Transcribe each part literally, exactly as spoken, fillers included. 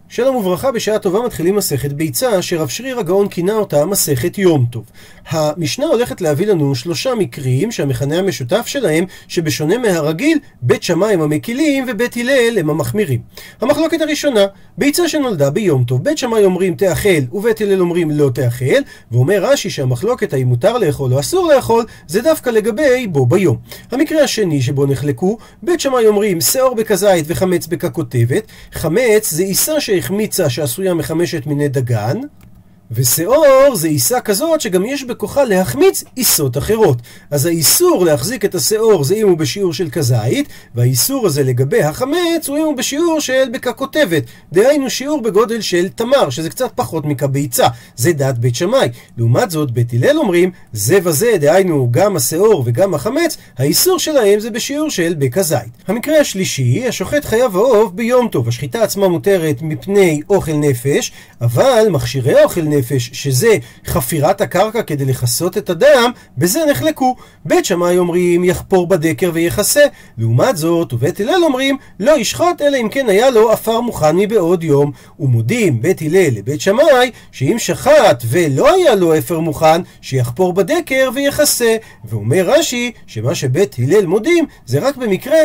שלום וברכה, בשעה טובה מתחילים מסכת ביצה, שרב שריר הגאון כינה אותה מסכת יום טוב. המשנה הולכת להביא לנו שלושה מקרים שהמכנה המשותף שלהם שבשונה מהרגיל, בית שמאי הם המקילים ובית הלל הם המחמירים. המחלוקת הראשונה, ביצה שנולדה ביום טוב, בית שמאי אומרים תאכל ובית הלל אומרים לא תאכל, ואומר רש"י שהמחלוקת האם מותר לאכול או אסור לאכול זה דווקא לגבי בו ביום. המקרה השני שבו נחלקו, בית שמאי אומרים שעור בכזית וחמץ בככותבת. חמץ זה עיסה שהחמיצה שעשויה מחמשת מיני דגן, ושעור זה עיסה כזאת שגם יש בכוחה להחמיץ עיסות אחרות. אז האיסור להחזיק את השעור זה אם הוא בשיעור של כזית, והאיסור הזה לגבי החמץ הוא אם הוא בשיעור של בככותבת, דהיינו שיעור בגודל של תמר, שזה קצת פחות מכביצה. זה דעת בית שמאי. לעומת זאת בית הלל אומרים זה וזה, דהיינו גם השעור וגם החמץ, האיסור שלהם זה בשיעור של בכזית. המקרה השלישי, השוחט חייב העוף ביום טוב. השחיטה עצמה מותרת מפני אוכל נפש, אבל מכשירי אוכל נפש נפש, שזה חפירת הקרקע כדי לחסות את הדם, בזה נחלקו. בית שמאי אומרים יחפור בדקר ויחסה, לעומת זאת ובית הלל אומרים לא ישחט אלא אם כן היה לו אפר מוכן מבעוד יום. ומודים בית הלל לבית שמאי שאם שחט ולא היה לו אפר מוכן שיחפור בדקר ויחסה. ואומר רש"י שמה שבית הלל מודים זה רק במקרה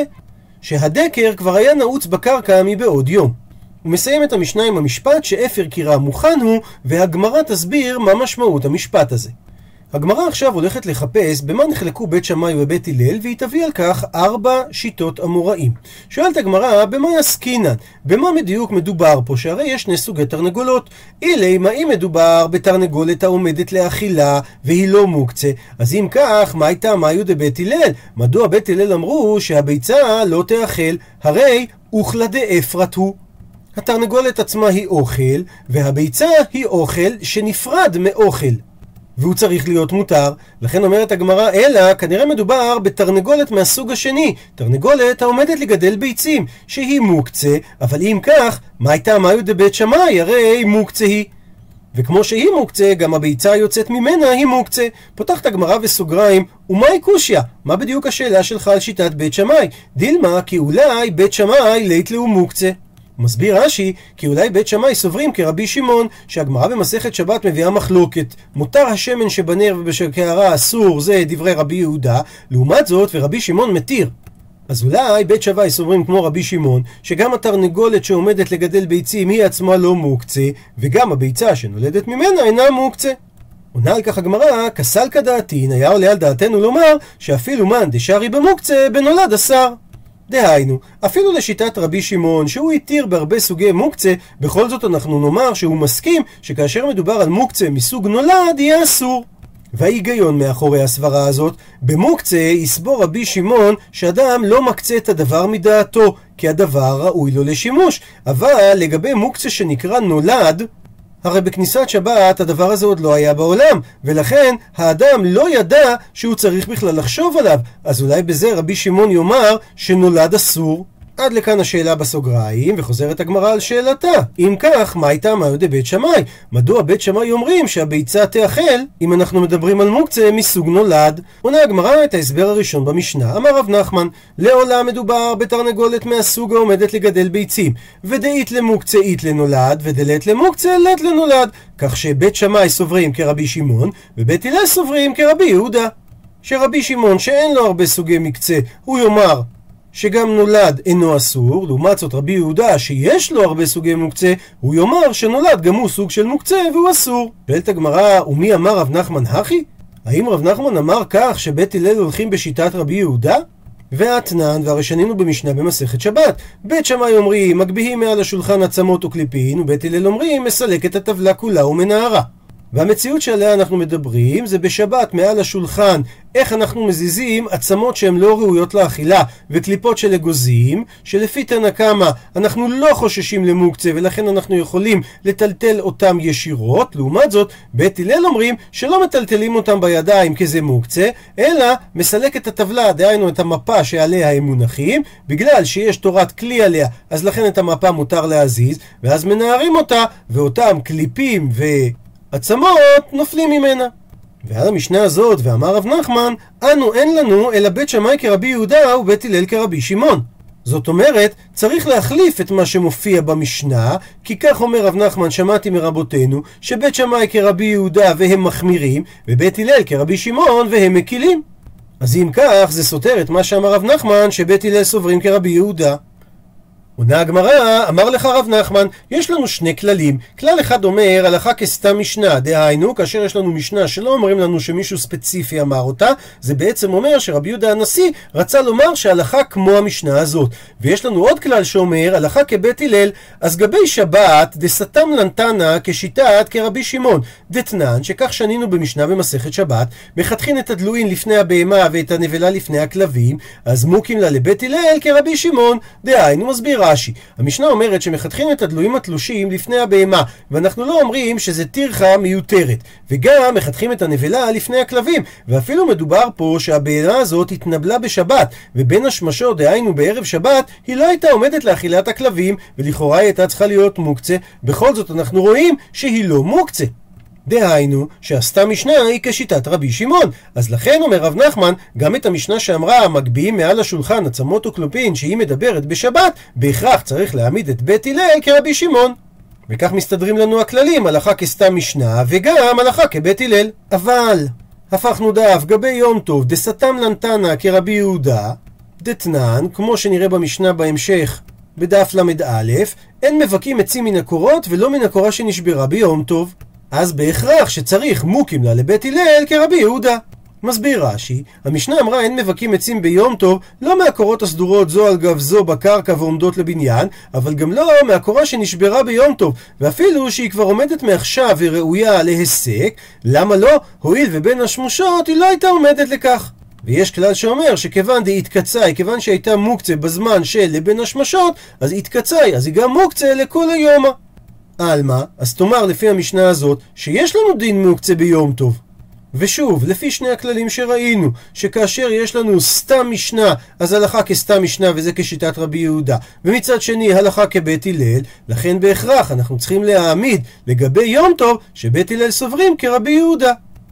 שהדקר כבר היה נעוץ בקרקע מבעוד יום. הוא מסיים את המשנה עם המשפט שאפר קירה מוכן הוא, והגמרא תסביר מה משמעות המשפט הזה. הגמרא עכשיו הולכת לחפש במה נחלקו בית שמאי ובית הלל, והיא תביא על כך ארבע שיטות אמוראים. שואלת הגמרא במה עסקינן, במה בדיוק מדובר פה, שהרי יש שני סוגי תרנגולות. אילי, מה אם מדובר בתרנגולת העומדת לאכילה והיא לא מוקצה, אז אם כך מה הייתה מאיו דבית הלל? מדוע בית הלל אמרו שהביצה לא תאכל? הרי אוכלה דאפרת הוא, התרנגולת עצמה היא אוכל, והביצה היא אוכל שנפרד מאוכל, והוא צריך להיות מותר. לכן אומרת הגמרא, אלא כנראה מדובר בתרנגולת מהסוג השני, תרנגולת העומדת לגדל ביצים, שהיא מוקצה, אבל אם כך, מה הייתה מאיו דבית שמאי? הרי מוקצה היא. וכמו שהיא מוקצה, גם הביצה יוצאת ממנה היא מוקצה. פותחת הגמרא וסוגריים, ומאי קושיא? מה בדיוק השאלה שלך על שיטת בית שמאי? דילמה, כי אולי בית שמאי לית לו מוקצה. מסביר רש"י כי אולי בית שמאי סוברים כרבי שמעון, שהגמרא במסכת שבת מביאה מחלוקת, מותר השמן שבנר ובקערה אסור, זה דברי רבי יהודה, לעומת זאת ורבי שמעון מתיר. אז אולי בית שמאי סוברים כמו רבי שמעון שגם התרנגולת שעומדת לגדל ביצים היא עצמה לא מוקצה, וגם הביצה שנולדת ממנה אינה מוקצה. עונה על כך הגמרא, כסל כדעתין, היה עולה על דעתנו לומר שאפילו מן דשארי במוקצה בנולד אסר. דהיינו, אפילו לשיטת רבי שמעון שהוא התיר בהרבה סוגי מוקצה, בכל זאת אנחנו נאמר שהוא מסכים שכאשר מדובר על מוקצה מסוג נולד יהיה אסור. וההיגיון מאחורי הסברה הזאת, במוקצה יסבור רבי שמעון שאדם לא מקצה את הדבר מדעתו, כי הדבר ראוי לו לשימוש. אבל לגבי מוקצה שנקרא נולד, הרי בכניסת שבת הדבר הזה עוד לא היה בעולם, ולכן האדם לא ידע שהוא צריך בכלל לחשוב עליו, אז אולי בזה רבי שמעון יאמר שנולד אסור. עד לכאן השאלה בסוגריים, וחוזרת הגמרא על שאלתה. אם כך, מה הייתה מאיו דבית שמאי? מדוע בית שמאי אומרים שהביצה תאכל אם אנחנו מדברים על מוקצה מסוג נולד? עונה הגמרא את ההסבר הראשון במשנה. אמר רב נחמן, לעולם מדובר בתרנגולת מהסוג העומדת לגדל ביצים, ודאית למוקצה אית לנולד, ודלת למוקצה לת לנולד, כך שבית שמאי סוברים כרבי שמעון, ובית הלל סוברים כרבי יהודה. שרבי שמעון שאין לו הרבה סוגי מקצה, הוא יאמר שגם נולד אינו אסור, לעומת זאת רבי יהודה שיש לו הרבה סוגי מוקצה, הוא יאמר שנולד גם הוא סוג של מוקצה והוא אסור. שואלת הגמרא, ומי אמר רב נחמן הכי? האם רב נחמן אמר כך שבית הלל הולכים בשיטת רבי יהודה? והתנן, והרי שנינו במשנה במסכת שבת, בית שמאי אומרים מגביהים מעל השולחן עצמות וקליפין, ובית הלל אומרים מסלק את הטבלה כולה ומנערה. והמציאות שעליה אנחנו מדברים זה בשבת מעל השולחן, איך אנחנו מזיזים עצמות שהן לא ראויות לאכילה וקליפות של אגוזים, שלפי תנא קמא אנחנו לא חוששים למוקצה ולכן אנחנו יכולים לטלטל אותם ישירות. לעומת זאת בית הלל אומרים שלא מטלטלים אותם בידיים כי זה מוקצה, אלא מסלק את הטבלה, דהיינו את המפה שעליה הם מונחים, בגלל שיש תורת כלי עליה אז לכן את המפה מותר להזיז, ואז מנערים אותה ואותם קליפים ו... עצמות נופלים ממנה. ועל המשנה הזאת, ואמר רב נחמן, אנו אין לנו אלא בית שמאי כרבי יהודה ובית הלל כרבי שמעון. זאת אומרת, צריך להחליף את מה שמופיע במשנה, כי כך אומר רב נחמן, שמעתי מרבותינו, שבית שמאי כרבי יהודה והם מחמירים, ובית הלל כרבי שמעון והם מקילים. אז אם כך, זה סותר את מה שאמר רב נחמן, שבית הלל סוברים כרבי יהודה. עונה הגמרא, אמר לך רב נחמן, יש לנו שני כללים. כלל אחד אומר, הלכה כסתם משנה, דהיינו, כאשר יש לנו משנה שלא אומרים לנו שמישהו ספציפי אמר אותה, זה בעצם אומר שרבי יהודה הנשיא רצה לומר שהלכה כמו המשנה הזאת. ויש לנו עוד כלל שאומר, הלכה כבית הלל, אז גבי שבת, דסתם לנתנה כשיטת כרבי שמעון, דתנן, שכך שנינו במשנה במסכת שבת, מחתכין את הדלוין לפני הבהמה ואת הנבלה לפני הכלבים, אז מוקים לה לבית הלל כרבי שמעון, דהיינו מסביר רש"י. המשנה אומרת שמחתכין את הדלויים התלושים לפני הבהמה, ואנחנו לא אומרים שזה טרחה מיותרת, וגם מחתכים את הנבלה לפני הכלבים, ואפילו מדובר פה שהבהמה הזאת התנבלה בשבת, ובין השמשות, דהיינו בערב שבת, היא לא הייתה עומדת לאכילת הכלבים, ולכאורה היא הייתה צריכה להיות מוקצה. בכל זאת אנחנו רואים שהיא לא מוקצה. דהיינו שעשתה משנה היא כשיטת רבי שמעון. אז לכן אומר רב נחמן, גם את המשנה שאמרה מגביהים מעל השולחן עצמות וקלופין שהיא מדברת בשבת, בהכרח צריך להעמיד את בית הלל כרבי שמעון. וכך מסתדרים לנו הכללים, הלכה כסתם משנה וגם הלכה כבית הלל. אבל הפכנו דף, גבי יום טוב דסתם לנתנה כרבי יהודה, דתנן, כמו שנראה במשנה בהמשך בדף למד א', אין מבקים עצים מן הקורות ולא מן הקורה שנשברה ביום טוב. אז בהכרח שצריך מוקים לה לבית הלל כרבי יהודה. מסביר רש"י, המשנה אמרה אין מבקים עצים ביום טוב, לא מהקורות הסדורות זו על גב זו בקרקע ועומדות לבניין, אבל גם לא מהקורה שנשברה ביום טוב, ואפילו שהיא כבר עומדת מעכשיו וראויה להסק. למה לא? הואיל ובין השמושות היא לא הייתה עומדת לכך. ויש כלל שאומר שכיוון די התקצאי, כיוון שהייתה מוקצה בזמן של לבין השמשות, אז התקצאי, אז היא גם מוקצה לכל היומה. אלמה, אז תאמר לפי המשנה הזאת שיש לנו דין מוקצה ביום טוב. ושוב, לפי שני הכללים שראינו, שכאשר יש לנו סתם משנה, אז הלכה כסתם משנה וזה כשיטת רבי יהודה, ומצד שני הלכה כבית הלל, לכן בהכרח אנחנו צריכים להעמיד לגבי יום טוב שבית הלל סוברים כרבי יהודה.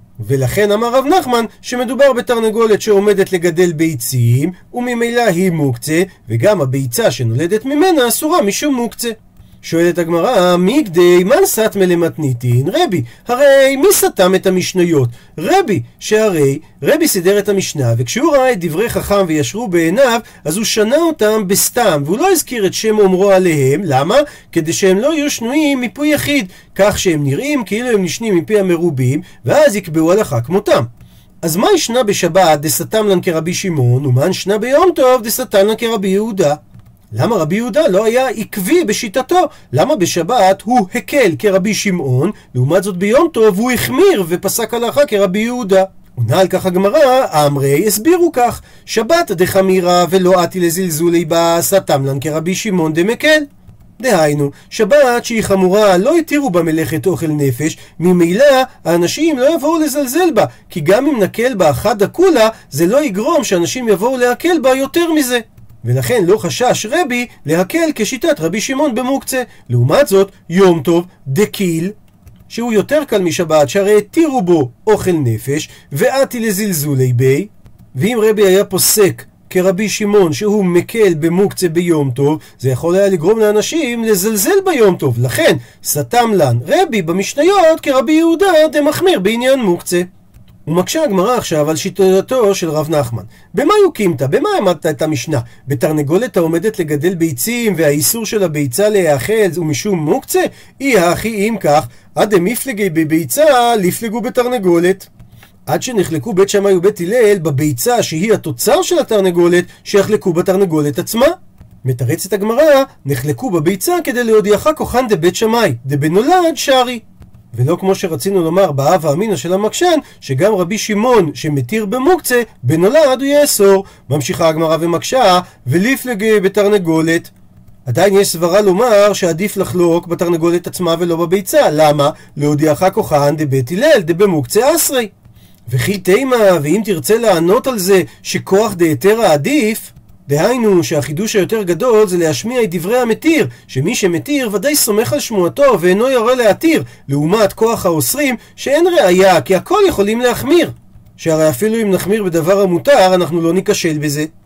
ולכן אמר רב נחמן שמדובר בתרנגולת שעומדת לגדל ביצים, וממילא היא מוקצה, וגם הביצה שנולדת ממנה אסורה משום מוקצה. שואלת הגמרא, מי גדי מן סתמא למתניתין רבי? הרי מי סתם את המשניות? רבי, שהרי רבי סידר את המשנה, וכשהוא ראה את דברי חכם וישרו בעיניו, אז הוא שנה אותם בסתם, והוא לא הזכיר את שם אומרו עליהם. למה? כדי שהם לא יהיו שנויים מפי יחיד, כך שהם נראים כאילו הם נשנים מפי המרובים, ואז יקבעו הלכה כמותם. אז מה ישנה בשבת דסתם לן כרבי שמעון, ומה ישנה ביום טוב דסתם לן כרבי יהודה? למה רבי יהודה לא היה עקבי בשיטתו? למה בשבת הוא הקל כרבי שמעון, לעומת זאת ביום טוב הוא החמיר ופסק הלכה כרבי יהודה? עונה על כך הגמרא, אמרי הסבירו כך, שבת דחמירה ולא עתי לזלזולי בה, סתם לן כרבי שמעון דמקל. דהיינו, שבת שהיא חמורה לא התירו בה מלאכת אוכל נפש, ממילא האנשים לא יבואו לזלזל בה, כי גם אם נקל בה חד הכולה, זה לא יגרום שאנשים יבואו להקל בה יותר מזה. ולכן לא חשש רבי להקל כשיטת רבי שמעון במוקצה. לעומת זאת, יום טוב דקיל, שהוא יותר קל משבת, שהרי התירו בו אוכל נפש, ועתי לזלזולי בי, ואם רבי היה פוסק כרבי שמעון שהוא מקל במוקצה ביום טוב, זה יכול היה לגרום לאנשים לזלזל ביום טוב. לכן סתם לן רבי במשניות כרבי יהודה דמחמיר בעניין מוקצה. ומקשה הגמרא עכשיו על שיטתו של רב נחמן. במה יוקימת? במה עמדת את המשנה? בתרנגולת העומדת לגדל ביצים והאיסור של הביצה להיאכל ומשום מוקצה? אי הכי אם כך, עד המפלגי בביצה לפלגו בתרנגולת. עד שנחלקו בית שמאי ובית הלל בביצה שהיא התוצר של התרנגולת, שיחלקו בתרנגולת עצמה. מתרצת הגמרא, נחלקו בביצה כדי להודיעך כוחן דבית שמאי, דבנולד שרי. ולא כמו שרצינו לומר באב האמינה של המקשן, שגם רבי שמעון שמתיר במוקצה, בנולד הוא יאסור. ממשיכה הגמרא ומקשה, ולפלגי בתרנגולת. עדיין יש סברה לומר שעדיף לחלוק בתרנגולת עצמה ולא בביצה. למה? להודיעך כוחן דבית הלל דבמוקצה אסרי. וכי תימה, ואם תרצה לענות על זה שכוח דהיתר העדיף, דהיינו שהחידוש היותר גדול זה להשמיע את דברי המתיר, שמי שמתיר ודאי סומך על שמועתו ואינו יורה להתיר, לעומת כוח האוסרים שאין ראיה, כי הכל יכולים להחמיר, שהרי אפילו אם נחמיר בדבר המותר אנחנו לא ניקשל בזה.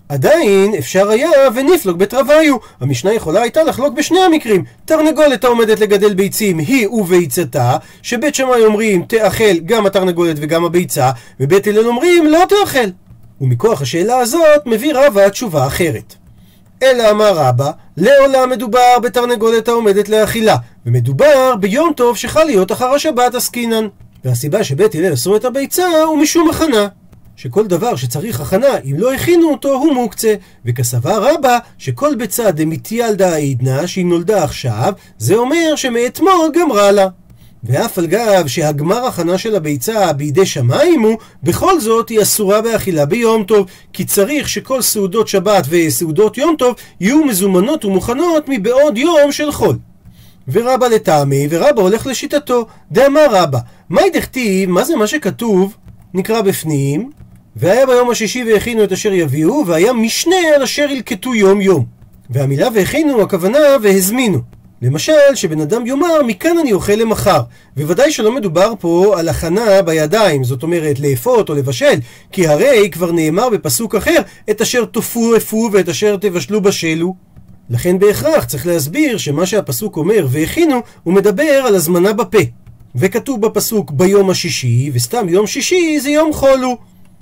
עדיין אפשר היה ונפלוג בתרוויו. המשנה יכולה הייתה לחלוק בשני המקרים. תרנגולת העומדת לגדל ביצים היא וביצתה, שבית שמאי אומרים תאכל גם התרנגולת וגם הביצה, ובית הלל אומרים לא תאכל. ומכוח השאלה הזאת מביא רבא תשובה אחרת. אלא אמר רבא, לעולם מדובר בתרנגולת העומדת לאכילה, ומדובר ביום טוב שחל להיות אחר השבת עסקינן. והסיבה שבית הלל אסרו את הביצה הוא משום הכנה, שכל דבר שצריך הכנה אם לא הכינו אותו הוא מוקצה, וכסבר רבא שכל ביצה דמתיילדא עידנא שהיא נולדה עכשיו, זה אומר שמאתמול גמרה לה. ואף על גב שהגמר הכנה של הביצה בידי שמיים הוא, בכל זאת היא אסורה באכילה ביום טוב, כי צריך שכל סעודות שבת וסעודות יום טוב יהיו מזומנות ומוכנות מבעוד יום של חול. ורבא לטעמי, ורבא הולך לשיטתו. דאמר רבא, מהי דכתיב, מה זה מה שכתוב? נקרא בפנים, והיה ביום השישי והכינו את אשר יביאו, והיה משנה על אשר ילקטו יום יום. והמילה והכינו הכוונה והזמינו. למשל, שבן אדם יאמר, מכאן אני אוכל למחר. וודאי שלא מדובר פה על הכנה בידיים, זאת אומרת לאפות או לבשל, כי הרי כבר נאמר בפסוק אחר, את אשר תופו אפו ואת אשר תבשלו בשלו. לכן בהכרח צריך להסביר שמה שהפסוק אומר והכינו, הוא מדבר על הזמנה בפה. וכתוב בפסוק ביום השישי, וסתם יום שישי זה יום חולו.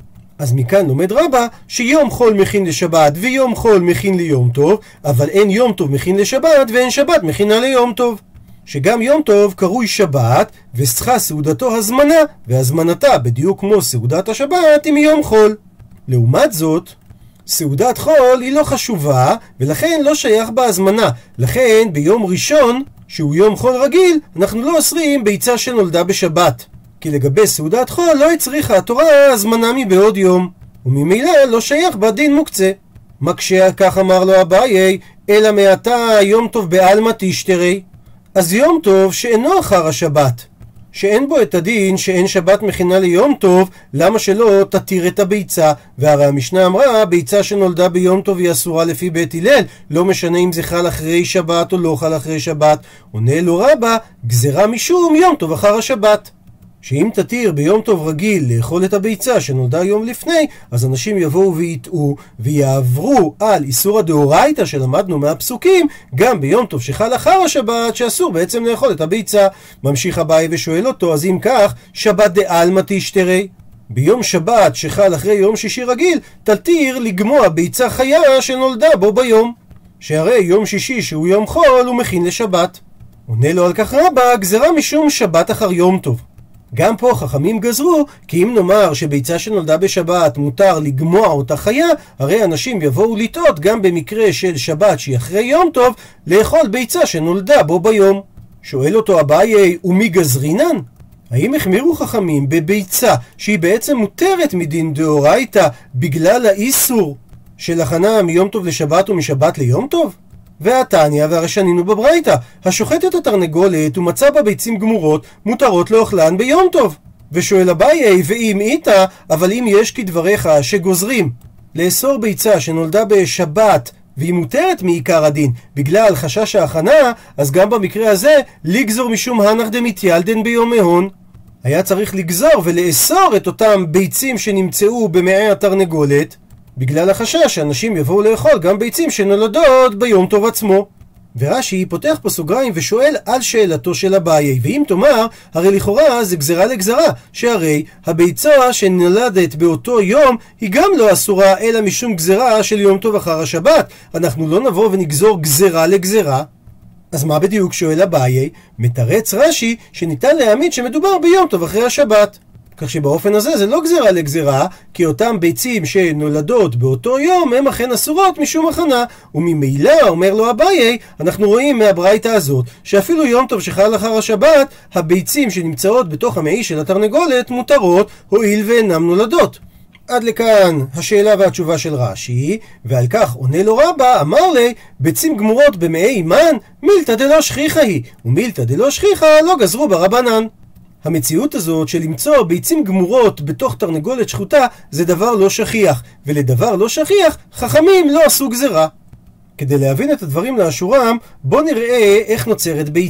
אז מכאן לומד רבא שיום חול מכין לשבת ויום חול מכין ליום טוב, אבל אין יום טוב מכין לשבת ואין שבת מכינה ליום טוב. שגם יום טוב קרוי שבת, וסחה סעודתו הזמנה, והזמנתה בדיוק כמו סעודת השבת היא מיום חול. לעומת זאת, סעודת חול היא לא חשובה, ולכן לא שייך בה הזמנה. לכן ביום ראשון, שהוא יום חול רגיל, אנחנו לא אוסרים ביצה שנולדה בשבת. כי לגבי סעודת חול לא הצריכה התורה הזמנה מבעוד יום, וממילא לא שייך בה דין מוקצה. מקשה כך אמר לו אביי, אלא מעתה יום טוב בעלמא תשתרי. אז יום טוב שאינו אחר השבת, שאין בו את הדין שאין שבת מכינה ליום טוב, למה שלא תתיר את הביצה? והרי המשנה אמרה, ביצה שנולדה ביום טוב היא אסורה לפי בית הלל, לא משנה אם זה חל אחרי שבת או לא חל אחרי שבת. עונה לו רבא, גזרה משום יום טוב אחר השבת. שאם תתיר ביום טוב רגיל לאכול את הביצה שנולדה יום לפני, אז אנשים יבואו ויטעו ויעברו על איסור הדאורייתא שלמדנו מהפסוקים גם ביום טוב שחל אחר השבת, שאסור בעצם לאכול את הביצה. ממשיך אביי ושואל אותו, אז אם כך, שבת דעלמא תשתרי, ביום שבת שחל אחרי יום שישי רגיל תתיר לגמוע ביצה חיה שנולדה בו ביום, שהרי יום שישי שהוא יום חול הוא מכין לשבת. עונה לו על כך רבא, גזרה משום שבת אחר יום טוב. גם פה חכמים גזרו, כי אם נאמר שביצה שנולדה בשבת מותר לגמוע אותה חיה, הרי אנשים יבואו לטעות גם במקרה של שבת שהיא אחרי יום טוב לאכול ביצה שנולדה בו ביום. שואל אותו אביי, ומי גזרינן? האם החמירו חכמים בביצה שהיא בעצם מותרת מדין דאורייתא בגלל האיסור של הכנה מיום טוב לשבת ומשבת ליום טוב? והתניא, והרי שנינו בברייתא, השוחט את התרנגולת ומצא בה ביצים גמורות מותרות לאוכלן ביום טוב. ושואל אביי, ואם איתה, אבל אם יש כדבריך שגוזרים לאסור ביצה שנולדה בשבת והיא מותרת מעיקר הדין בגלל חשש ההכנה, אז גם במקרה הזה לגזור משום הנח דמתיילדן ביום מהון. היה צריך לגזור ולאסור את אותם ביצים שנמצאו במעי התרנגולת בגלל החשש שאנשים יבואו לאכול גם ביצים שנולדות ביום טוב עצמו. ורש"י פותח פה סוגריים ושואל על שאלתו של אביי, ואם תאמר, הרי לכאורה זה גזרה לגזרה, שהרי הביצה שנולדת באותו יום היא גם לא אסורה אלא משום גזרה של יום טוב אחר השבת. אנחנו לא נבוא ונגזור גזרה לגזרה. אז מה בדיוק שואל אביי? מתרץ רש"י שניתן להעמיד שמדובר ביום טוב אחרי השבת, כך שבאופן הזה זה לא גזרה לגזרה, כי אותם ביצים שנולדות באותו יום הם אכן אסורות משום הכנה. וממילא אומר לו אביי, אנחנו רואים מהברייתא הזאת שאפילו יום טוב שחל אחר השבת, הביצים שנמצאות בתוך המעי של התרנגולת מותרות הואיל ואינם נולדות. עד לכאן השאלה והתשובה של רש"י, ועל כך עונה לו רבא, אמר לי, ביצים גמורות במעי מן, מילתא דלא שכיחא היא, ומילתא דלא שכיחא לא גזרו ברבנן. המציאות הזאת של למצוא ביצים גמורות בתוך תרנגולת שחוטה זה דבר לא שכיח, ולדבר לא שכיח חכמים לא עשו גזרה. כדי להבין את הדברים לאשורם, בוא נראה איך נוצרת ביצה.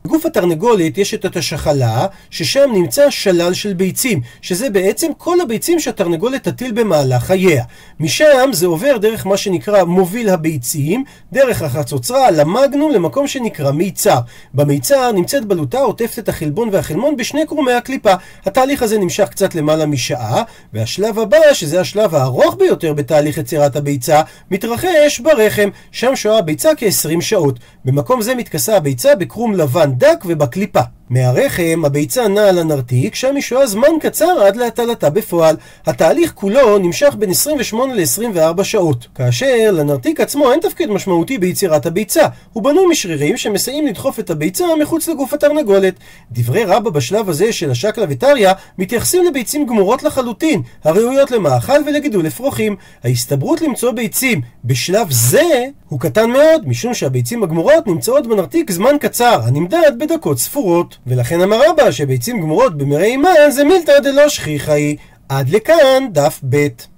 בגוף התרנגולת יש את השחלה, ששם נמצא שלל של ביצים, שזה בעצם כל הביצים שהתרנגולת תטיל במהלך חייה. משם זה עובר דרך מה שנקרא מוביל הביצים, דרך החצוצרה למגנום למקום שנקרא מיצר. במיצר נמצאת בלוטה עוטפת את החלבון והחלמון בשני קרומי הקליפה. התהליך הזה נמשך קצת למעלה משעה, והשלב הבא, שזה השלב הארוך ביותר בתהליך יצירת הביצה, מתרחש ברחם. שם שוהה הביצה כ-עשרים שעות. במקום זה מתכסה הביצה בקרום לבן דק ובקליפה. מהרחם הביצה נעה על הנרתיק, שם היא שוהה זמן קצר עד להטלתה בפועל. התהליך כולו נמשך בין עשרים ושמונה ל-עשרים וארבע שעות, כאשר לנרתיק עצמו אין תפקיד משמעותי ביצירת הביצה. הוא בנוי משרירים שמסייעים לדחוף את הביצה מחוץ לגוף התרנגולת. דברי רבא בשלב הזה של השקלא וטריא מתייחסים לביצים גמורות לחלוטין, הראויות למאכל ולגידול אפרוחים. ההסתברות למצוא ביצים בשלב זה הוא קטן מאוד, משום שהביצים הגמורות נמצאות בנרתיק זמן קצר, הנמדד בדקות ספורות. ולכן אמר רבא שביצים גמורות במראה אימן זה מילתא דלא שכיחא היא. עד לכאן דף ב'.